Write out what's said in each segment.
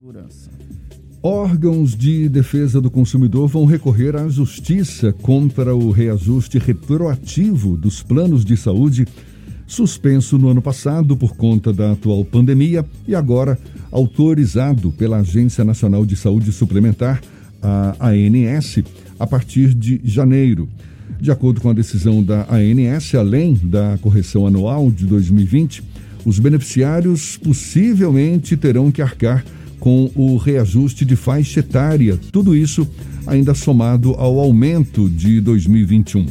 Segurança. Órgãos de defesa do consumidor vão recorrer à justiça contra o reajuste retroativo dos planos de saúde, suspenso no ano passado por conta da atual pandemia e agora autorizado pela Agência Nacional de Saúde Suplementar, a ANS, a partir de janeiro. De acordo com a decisão da ANS, além da correção anual de 2020, os beneficiários possivelmente terão que arcar com o reajuste de faixa etária, tudo isso ainda somado ao aumento de 2021.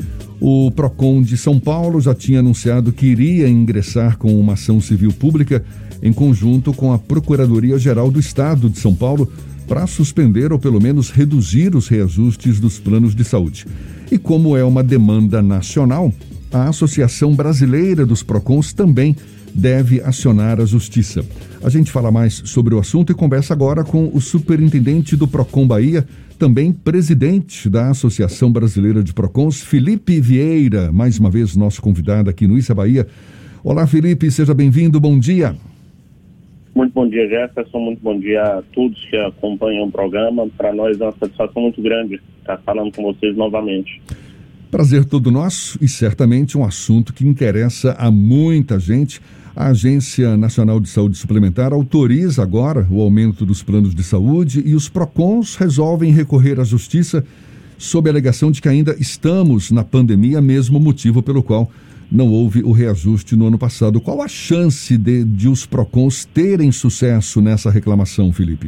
O PROCON de São Paulo já tinha anunciado que iria ingressar com uma ação civil pública em conjunto com a Procuradoria-Geral do Estado de São Paulo para suspender ou pelo menos reduzir os reajustes dos planos de saúde. E como é uma demanda nacional, a Associação Brasileira dos PROCONs também deve acionar a justiça. A gente fala mais sobre o assunto e conversa agora com o superintendente do PROCON Bahia, também presidente da Associação Brasileira de PROCONs, Felipe Vieira, mais uma vez nosso convidado aqui no Issa Bahia. Olá, Felipe, seja bem-vindo, bom dia. Muito bom dia, Jefferson, muito bom dia a todos que acompanham o programa. Para nós é uma satisfação muito grande estar falando com vocês novamente. Prazer todo nosso e certamente um assunto que interessa a muita gente. A Agência Nacional de Saúde Suplementar autoriza agora o aumento dos planos de saúde e os PROCONs resolvem recorrer à justiça sob a alegação de que ainda estamos na pandemia, mesmo motivo pelo qual não houve o reajuste no ano passado. Qual a chance de os PROCONs terem sucesso nessa reclamação, Felipe?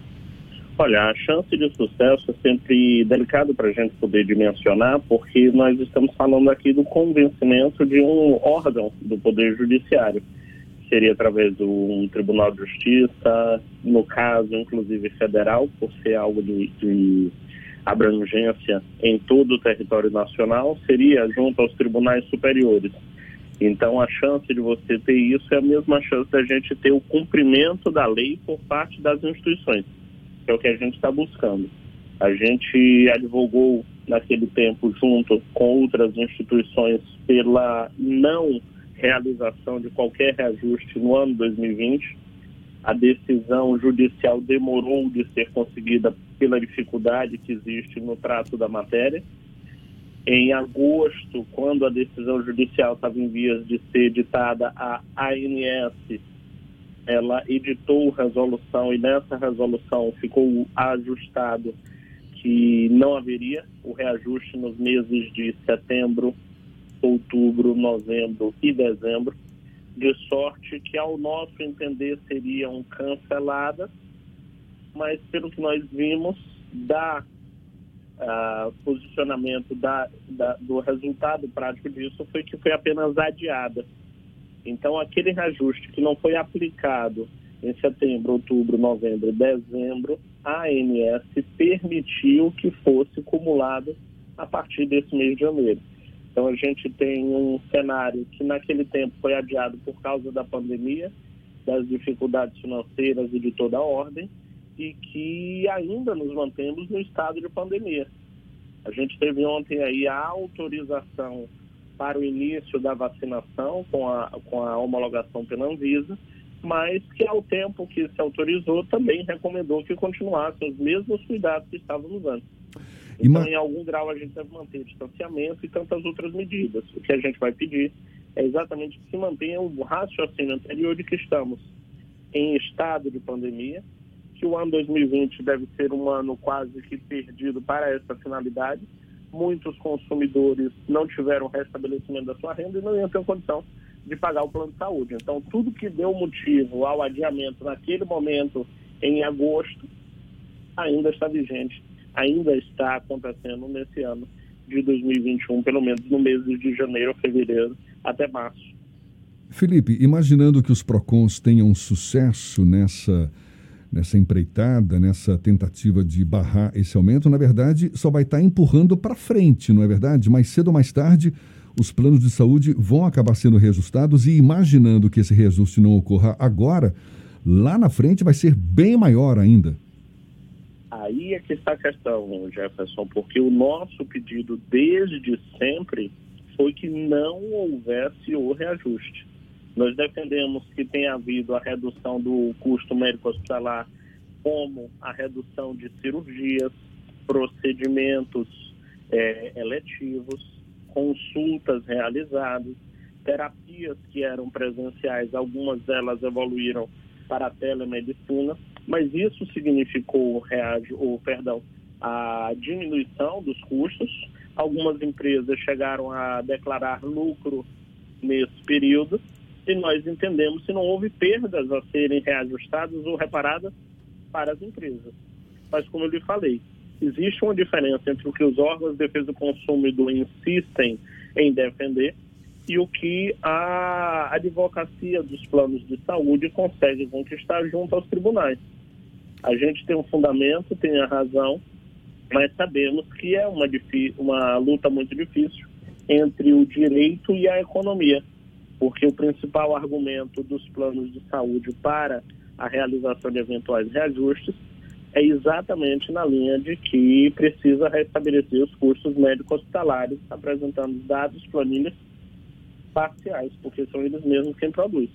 Olha, a chance de sucesso é sempre delicado para a gente poder dimensionar, porque nós estamos falando aqui do convencimento de um órgão do Poder Judiciário. Seria através do Tribunal de Justiça, no caso, inclusive federal, por ser algo de abrangência em todo o território nacional, seria junto aos tribunais superiores. Então, a chance de você ter isso é a mesma chance da gente ter o cumprimento da lei por parte das instituições, que é o que a gente está buscando. A gente advogou naquele tempo junto com outras instituições pela não realização de qualquer reajuste no ano 2020. A decisão judicial demorou de ser conseguida pela dificuldade que existe no trato da matéria. Em agosto, quando a decisão judicial estava em vias de ser editada, a ANS ela editou resolução e nessa resolução ficou ajustado que não haveria o reajuste nos meses de setembro, outubro, novembro e dezembro, de sorte que, ao nosso entender, seriam canceladas, mas pelo que nós vimos, posicionamento do resultado prático disso foi que foi apenas adiada. Então, aquele reajuste que não foi aplicado em setembro, outubro, novembro e dezembro, a ANS permitiu que fosse cumulado a partir desse mês de janeiro. Então, a gente tem um cenário que naquele tempo foi adiado por causa da pandemia, das dificuldades financeiras e de toda a ordem, e que ainda nos mantemos no estado de pandemia. A gente teve ontem aí a autorização para o início da vacinação com a homologação pela Anvisa, mas que ao tempo que se autorizou também recomendou que continuassem os mesmos cuidados que estávamos antes. Então, em algum grau, a gente deve manter distanciamento e tantas outras medidas. O que a gente vai pedir é exatamente que se mantenha o raciocínio anterior de que estamos em estado de pandemia, que o ano 2020 deve ser um ano quase que perdido para essa finalidade. Muitos consumidores não tiveram restabelecimento da sua renda e não iam ter condição de pagar o plano de saúde. Então, tudo que deu motivo ao adiamento naquele momento, em agosto, ainda está vigente, ainda está acontecendo nesse ano de 2021, pelo menos no mês de janeiro, fevereiro, até março. Felipe, imaginando que os PROCONs tenham sucesso nessa empreitada, nessa tentativa de barrar esse aumento, na verdade, só vai estar empurrando para frente, não é verdade? Mais cedo ou mais tarde, os planos de saúde vão acabar sendo reajustados e imaginando que esse reajuste não ocorra agora, lá na frente vai ser bem maior ainda. Aí é que está a questão, Jefferson, porque o nosso pedido desde sempre foi que não houvesse o reajuste. Nós defendemos que tenha havido a redução do custo médico hospitalar como a redução de cirurgias, procedimentos eletivos, consultas realizadas, terapias que eram presenciais, algumas delas evoluíram para a telemedicina, mas isso significou a diminuição dos custos. Algumas empresas chegaram a declarar lucro nesse período e nós entendemos que não houve perdas a serem reajustadas ou reparadas para as empresas. Mas, como eu lhe falei, existe uma diferença entre o que os órgãos de defesa do consumidor insistem em defender e o que a advocacia dos planos de saúde consegue conquistar junto aos tribunais. A gente tem um fundamento, tem a razão, mas sabemos que é uma luta muito difícil entre o direito e a economia, porque o principal argumento dos planos de saúde para a realização de eventuais reajustes é exatamente na linha de que precisa restabelecer os custos médico-hospitalares, apresentando dados, planilhas parciais, porque são eles mesmos quem produzem.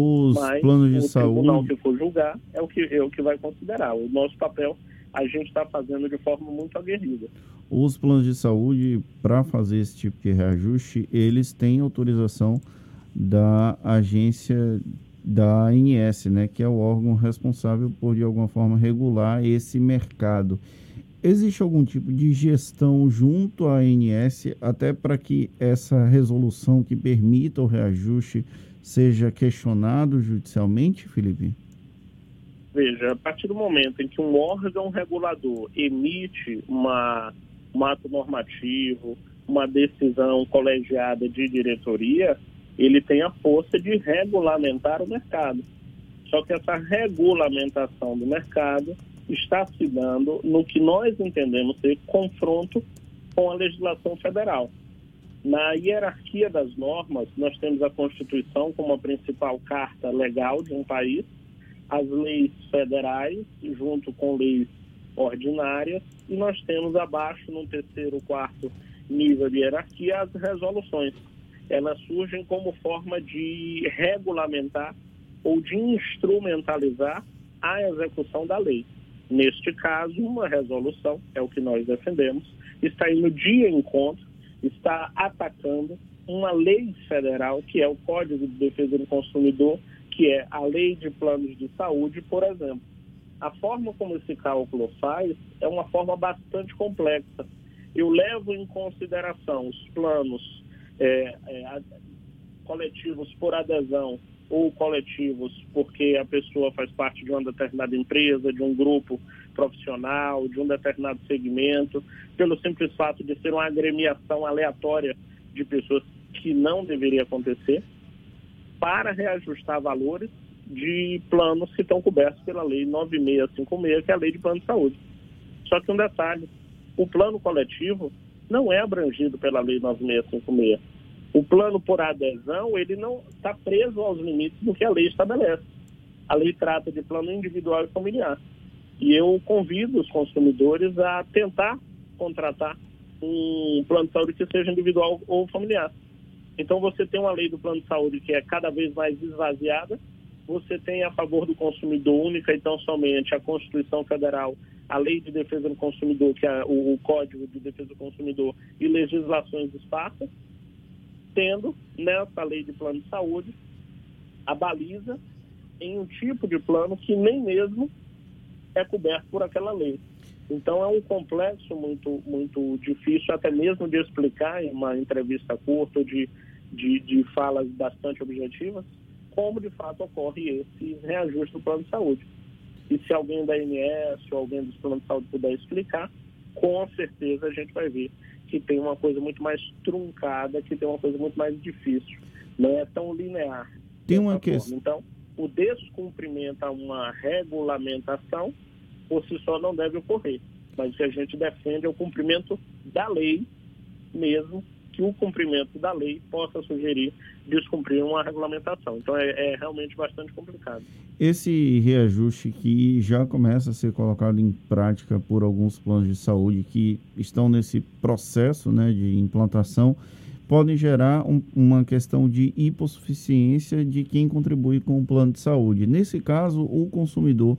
Mas planos de saúde, o tribunal que for julgar é o que vai considerar. O nosso papel a gente está fazendo de forma muito aguerrida. Os planos de saúde, para fazer esse tipo de reajuste, eles têm autorização da agência da ANS, né, que é o órgão responsável por, de alguma forma, regular esse mercado. Existe algum tipo de gestão junto à ANS, até para que essa resolução que permita o reajuste seja questionado judicialmente, Felipe? Veja, a partir do momento em que um órgão regulador emite um ato normativo, uma decisão colegiada de diretoria, ele tem a força de regulamentar o mercado. Só que essa regulamentação do mercado está se dando no que nós entendemos ser confronto com a legislação federal. Na hierarquia das normas, nós temos a Constituição como a principal carta legal de um país, as leis federais, junto com leis ordinárias, e nós temos abaixo, no terceiro, quarto nível de hierarquia, as resoluções. Elas surgem como forma de regulamentar ou de instrumentalizar a execução da lei. Neste caso, uma resolução, é o que nós defendemos, está indo de encontro, está atacando uma lei federal, que é o Código de Defesa do Consumidor, que é a Lei de Planos de Saúde, por exemplo. A forma como esse cálculo faz é uma forma bastante complexa. Eu levo em consideração os planos coletivos por adesão ou coletivos porque a pessoa faz parte de uma determinada empresa, de um grupo profissional, de um determinado segmento, pelo simples fato de ser uma agremiação aleatória de pessoas que não deveria acontecer, para reajustar valores de planos que estão cobertos pela Lei 9656, que é a Lei de Plano de Saúde. Só que um detalhe, o plano coletivo não é abrangido pela Lei 9656. O plano por adesão, ele não está preso aos limites do que a lei estabelece. A lei trata de plano individual e familiar. E eu convido os consumidores a tentar contratar um plano de saúde que seja individual ou familiar. Então você tem uma lei do plano de saúde que é cada vez mais esvaziada, você tem a favor do consumidor única e tão somente a Constituição Federal, a Lei de Defesa do Consumidor, que é o Código de Defesa do Consumidor, e legislações esparsas, tendo nessa lei de plano de saúde a baliza em um tipo de plano que nem mesmo é coberto por aquela lei. Então é um complexo muito, muito difícil até mesmo de explicar em uma entrevista curta ou de falas bastante objetivas como de fato ocorre esse reajuste do plano de saúde. E se alguém da ANS ou alguém dos planos de saúde puder explicar, com certeza a gente vai ver que tem uma coisa muito mais truncada, que tem uma coisa muito mais difícil. Não é tão linear. Tem uma questão. Então, o descumprimento a uma regulamentação, por si só, não deve ocorrer. Mas o que a gente defende é o cumprimento da lei, mesmo que o cumprimento da lei possa sugerir descumprir uma regulamentação. Então, é realmente bastante complicado. Esse reajuste que já começa a ser colocado em prática por alguns planos de saúde que estão nesse processo, né, de implantação, podem gerar uma questão de hipossuficiência de quem contribui com o plano de saúde. Nesse caso, o consumidor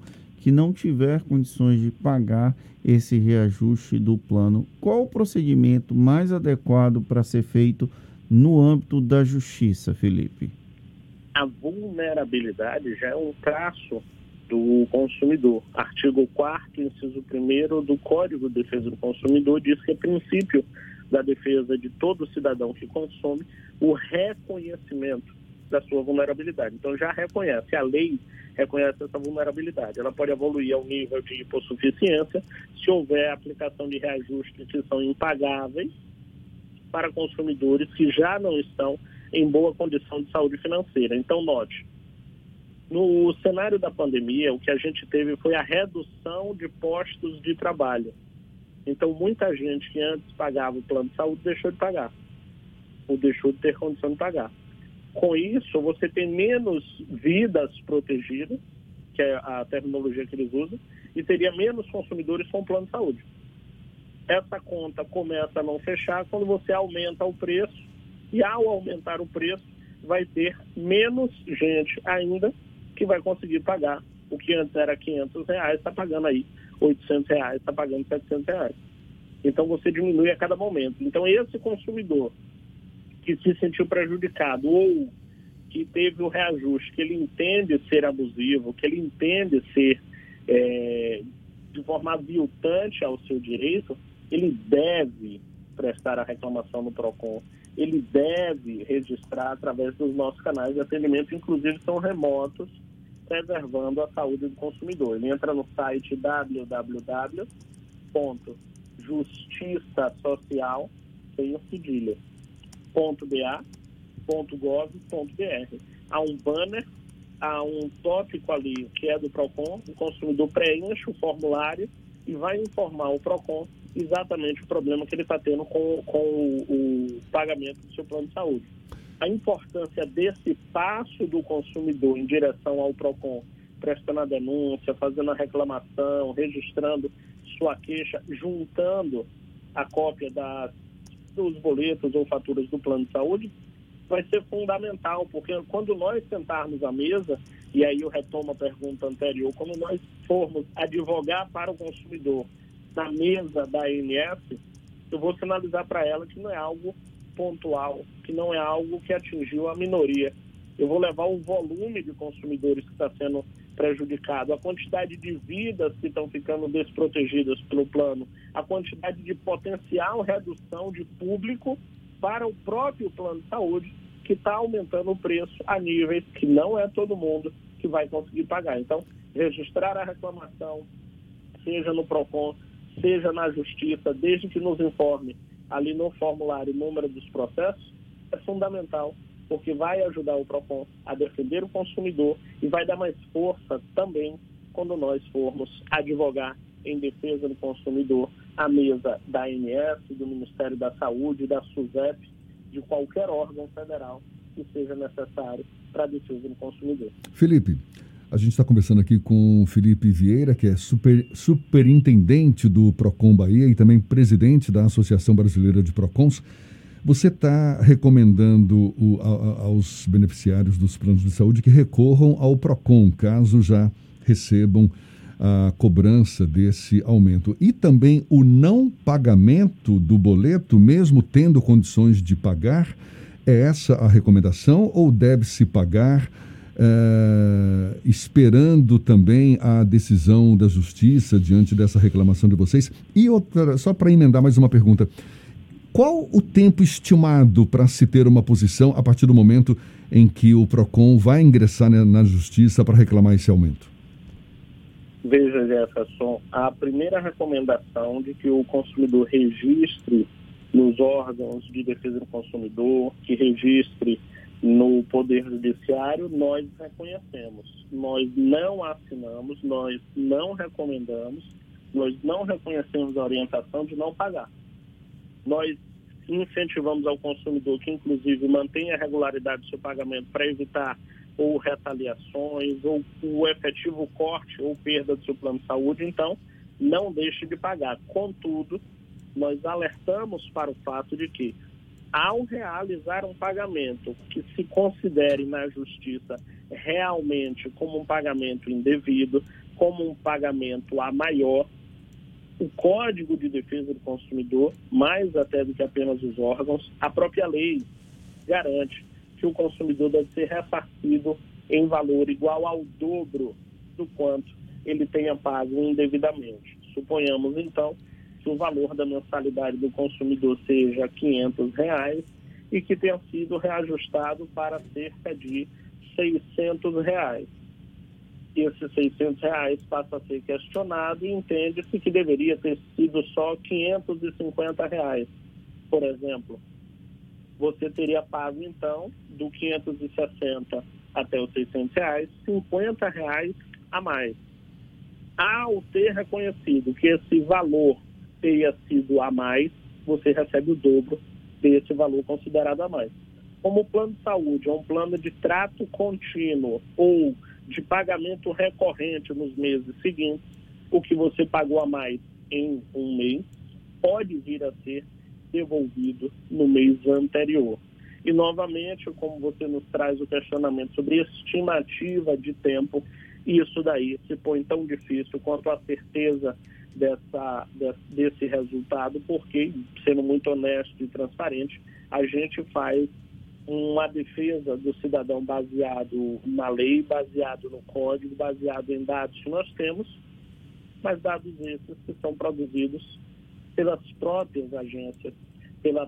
que não tiver condições de pagar esse reajuste do plano, qual o procedimento mais adequado para ser feito no âmbito da justiça, Felipe? A vulnerabilidade já é um traço do consumidor. Artigo 4º, inciso 1º do Código de Defesa do Consumidor diz que é princípio da defesa de todo cidadão que consome o reconhecimento da sua vulnerabilidade. Então já reconhece, a lei reconhece essa vulnerabilidade. Ela pode evoluir ao nível de hipossuficiência se houver aplicação de reajustes que são impagáveis para consumidores que já não estão em boa condição de saúde financeira. Então, note, no cenário da pandemia, o que a gente teve foi a redução de postos de trabalho. Então, muita gente que antes pagava o plano de saúde deixou de pagar, ou deixou de ter condição de pagar. Com isso, você tem menos vidas protegidas, que é a terminologia que eles usam, e teria menos consumidores com plano de saúde. Essa conta começa a não fechar quando você aumenta o preço, e ao aumentar o preço, vai ter menos gente ainda que vai conseguir pagar o que antes era R$500, está pagando aí R$800, está pagando R$700. Então você diminui a cada momento. Então esse consumidor que se sentiu prejudicado ou que teve o reajuste, que ele entende ser abusivo, que ele entende ser de forma aviltante ao seu direito, ele deve prestar a reclamação no PROCON, ele deve registrar através dos nossos canais de atendimento, inclusive são remotos, preservando a saúde do consumidor. Ele entra no site www.justiçasocial.ba.gov.br. Há um banner, há um tópico ali que é do PROCON, o consumidor preenche o formulário e vai informar o PROCON exatamente o problema que ele está tendo com o pagamento do seu plano de saúde. A importância desse passo do consumidor em direção ao PROCON, prestando a denúncia, fazendo a reclamação, registrando sua queixa, juntando a cópia dos boletos ou faturas do plano de saúde, vai ser fundamental, porque quando nós sentarmos à mesa, e aí eu retomo a pergunta anterior, quando nós formos advogar para o consumidor na mesa da ANS, eu vou sinalizar para ela que não é algo pontual, que não é algo que atingiu a minoria. Eu vou levar o volume de consumidores que está sendo prejudicado, a quantidade de vidas que estão ficando desprotegidas pelo plano, a quantidade de potencial redução de público para o próprio plano de saúde, que está aumentando o preço a níveis que não é todo mundo que vai conseguir pagar. Então, registrar a reclamação, seja no PROCON, seja na Justiça, desde que nos informe ali no formulário o número dos processos, é fundamental, porque vai ajudar o PROCON a defender o consumidor e vai dar mais força também quando nós formos advogar em defesa do consumidor à mesa da ANS, do Ministério da Saúde, da SUSEP, de qualquer órgão federal que seja necessário para a defesa do consumidor. Felipe, a gente está conversando aqui com o Felipe Vieira, que é superintendente do PROCON Bahia e também presidente da Associação Brasileira de PROCONs. Você está recomendando aos beneficiários dos planos de saúde que recorram ao PROCON, caso já recebam a cobrança desse aumento. E também o não pagamento do boleto, mesmo tendo condições de pagar, é essa a recomendação ou deve-se pagar esperando também a decisão da Justiça diante dessa reclamação de vocês? E outra, só para emendar mais uma pergunta, qual o tempo estimado para se ter uma posição a partir do momento em que o PROCON vai ingressar na Justiça para reclamar esse aumento? Veja, Jefferson, a primeira recomendação de que o consumidor registre nos órgãos de defesa do consumidor, que registre no Poder Judiciário, nós reconhecemos. Nós não assinamos, nós não recomendamos, nós não reconhecemos a orientação de não pagar. Nós incentivamos ao consumidor que, inclusive, mantenha a regularidade do seu pagamento para evitar ou retaliações, ou o efetivo corte ou perda do seu plano de saúde. Então, não deixe de pagar. Contudo, nós alertamos para o fato de que, ao realizar um pagamento que se considere na Justiça realmente como um pagamento indevido, como um pagamento a maior, o Código de Defesa do Consumidor, mais até do que apenas os órgãos, a própria lei garante que o consumidor deve ser ressarcido em valor igual ao dobro do quanto ele tenha pago indevidamente. Suponhamos, então, que o valor da mensalidade do consumidor seja R$ 500 e que tenha sido reajustado para cerca de R$ 600. E esses R$ 600 passa a ser questionado e entende-se que deveria ter sido só R$ 550. Por exemplo, você teria pago, então, do 560 até os R$ 600, R$ 50 a mais. Ao ter reconhecido que esse valor teria sido a mais, você recebe o dobro desse valor considerado a mais. Como o plano de saúde é um plano de trato contínuo ou de pagamento recorrente nos meses seguintes, o que você pagou a mais em um mês pode vir a ser devolvido no mês anterior. E, novamente, como você nos traz o questionamento sobre estimativa de tempo, isso daí se põe tão difícil quanto a certeza desse resultado, porque, sendo muito honesto e transparente, a gente faz uma defesa do cidadão baseado na lei, baseado no código, baseado em dados que nós temos, mas dados esses que são produzidos pelas próprias agências, pelo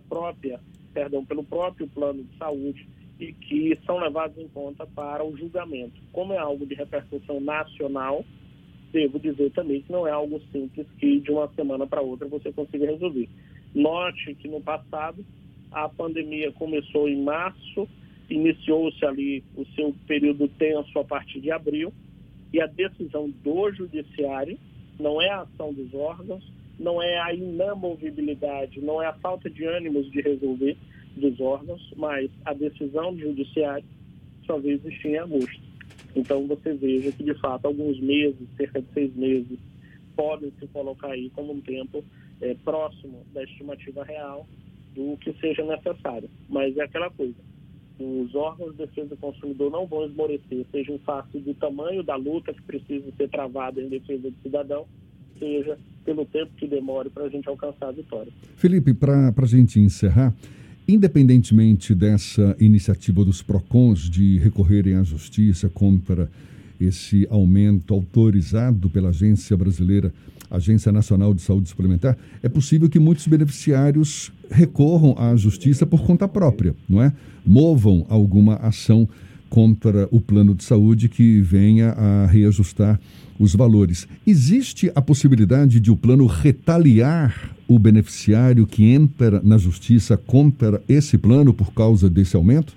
próprio plano de saúde e que são levados em conta para o julgamento. Como é algo de repercussão nacional, devo dizer também que não é algo simples que de uma semana para outra você consiga resolver. Note que no passado a pandemia começou em março, iniciou-se ali o seu período tenso a partir de abril, e a decisão do judiciário não é a ação dos órgãos, não é a inamovibilidade, não é a falta de ânimos de resolver dos órgãos, mas a decisão do judiciário só veio existir em agosto. Então você veja que, de fato, alguns meses, cerca de 6 meses, podem se colocar aí como um tempo próximo da estimativa real do que seja necessário. Mas é aquela coisa, os órgãos de defesa do consumidor não vão esmorecer, seja em face do tamanho da luta que precisa ser travada em defesa do cidadão, seja pelo tempo que demore para a gente alcançar a vitória. Felipe, para a gente encerrar, independentemente dessa iniciativa dos PROCONs de recorrerem à justiça contra esse aumento autorizado pela Agência Nacional de Saúde Suplementar, é possível que muitos beneficiários recorram à justiça por conta própria, não é? Movam alguma ação contra o plano de saúde que venha a reajustar os valores. Existe a possibilidade de o plano retaliar o beneficiário que entra na justiça contra esse plano por causa desse aumento?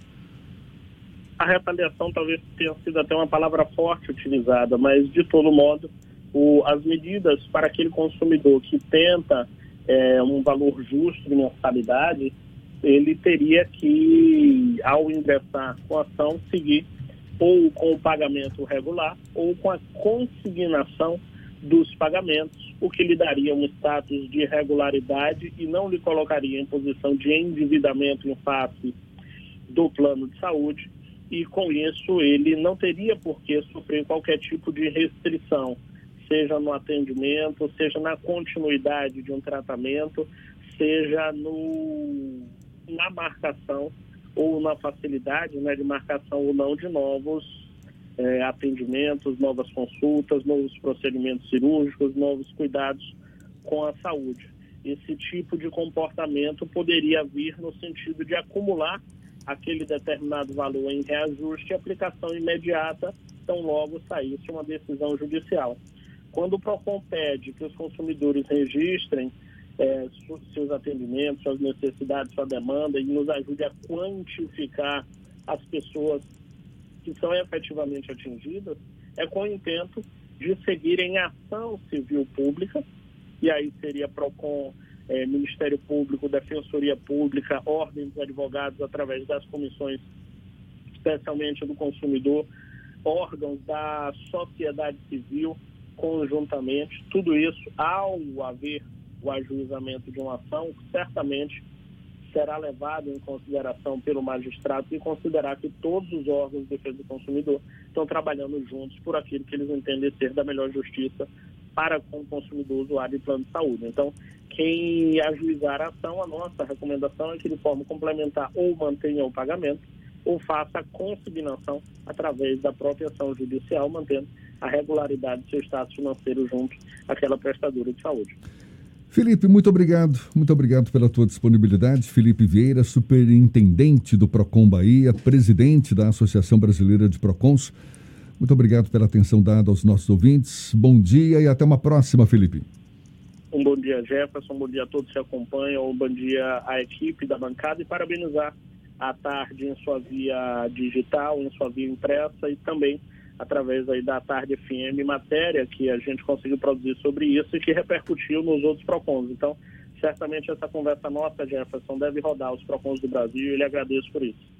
A retaliação talvez tenha sido até uma palavra forte utilizada, mas, de todo modo, as medidas para aquele consumidor que tenta um valor justo de mensalidade, ele teria que, ao ingressar com a ação, seguir ou com o pagamento regular ou com a consignação dos pagamentos, o que lhe daria um status de irregularidade e não lhe colocaria em posição de endividamento em face do plano de saúde, e com isso ele não teria por que sofrer qualquer tipo de restrição, seja no atendimento, seja na continuidade de um tratamento, seja na marcação ou na facilidade, né, de marcação ou não de novos atendimentos, novas consultas, novos procedimentos cirúrgicos, novos cuidados com a saúde. Esse tipo de comportamento poderia vir no sentido de acumular aquele determinado valor em reajuste e aplicação imediata, tão logo saísse uma decisão judicial. Quando o PROCON pede que os consumidores registrem seus atendimentos, suas necessidades, sua demanda, e nos ajude a quantificar as pessoas que são efetivamente atingidas, é com o intento de seguir em ação civil pública, e aí seria PROCON, Ministério Público, Defensoria Pública, Ordem dos Advogados, através das comissões, especialmente do consumidor, órgãos da sociedade civil, conjuntamente, tudo isso, ao haver o ajuizamento de uma ação, certamente será levado em consideração pelo magistrado e considerar que todos os órgãos de defesa do consumidor estão trabalhando juntos por aquilo que eles entendem ser da melhor justiça para com o consumidor usuário de plano de saúde. Então, quem ajuizar a ação, a nossa recomendação é que de forma complementar ou mantenha o pagamento ou faça a consignação através da própria ação judicial, mantendo a regularidade do seu status financeiro junto àquela prestadora de saúde. Felipe, muito obrigado pela tua disponibilidade. Felipe Vieira, superintendente do Procon Bahia, presidente da Associação Brasileira de Procons. Muito obrigado pela atenção dada aos nossos ouvintes. Bom dia e até uma próxima, Felipe. Um bom dia, Jefferson. Um bom dia a todos que acompanham. Um bom dia à equipe da bancada e parabenizar a Tarde em sua via digital, em sua via impressa e também através aí da Tarde FM, matéria que a gente conseguiu produzir sobre isso e que repercutiu nos outros PROCONs. Então, certamente essa conversa nossa, Jefferson, deve rodar os PROCONs do Brasil e eu lhe agradeço por isso.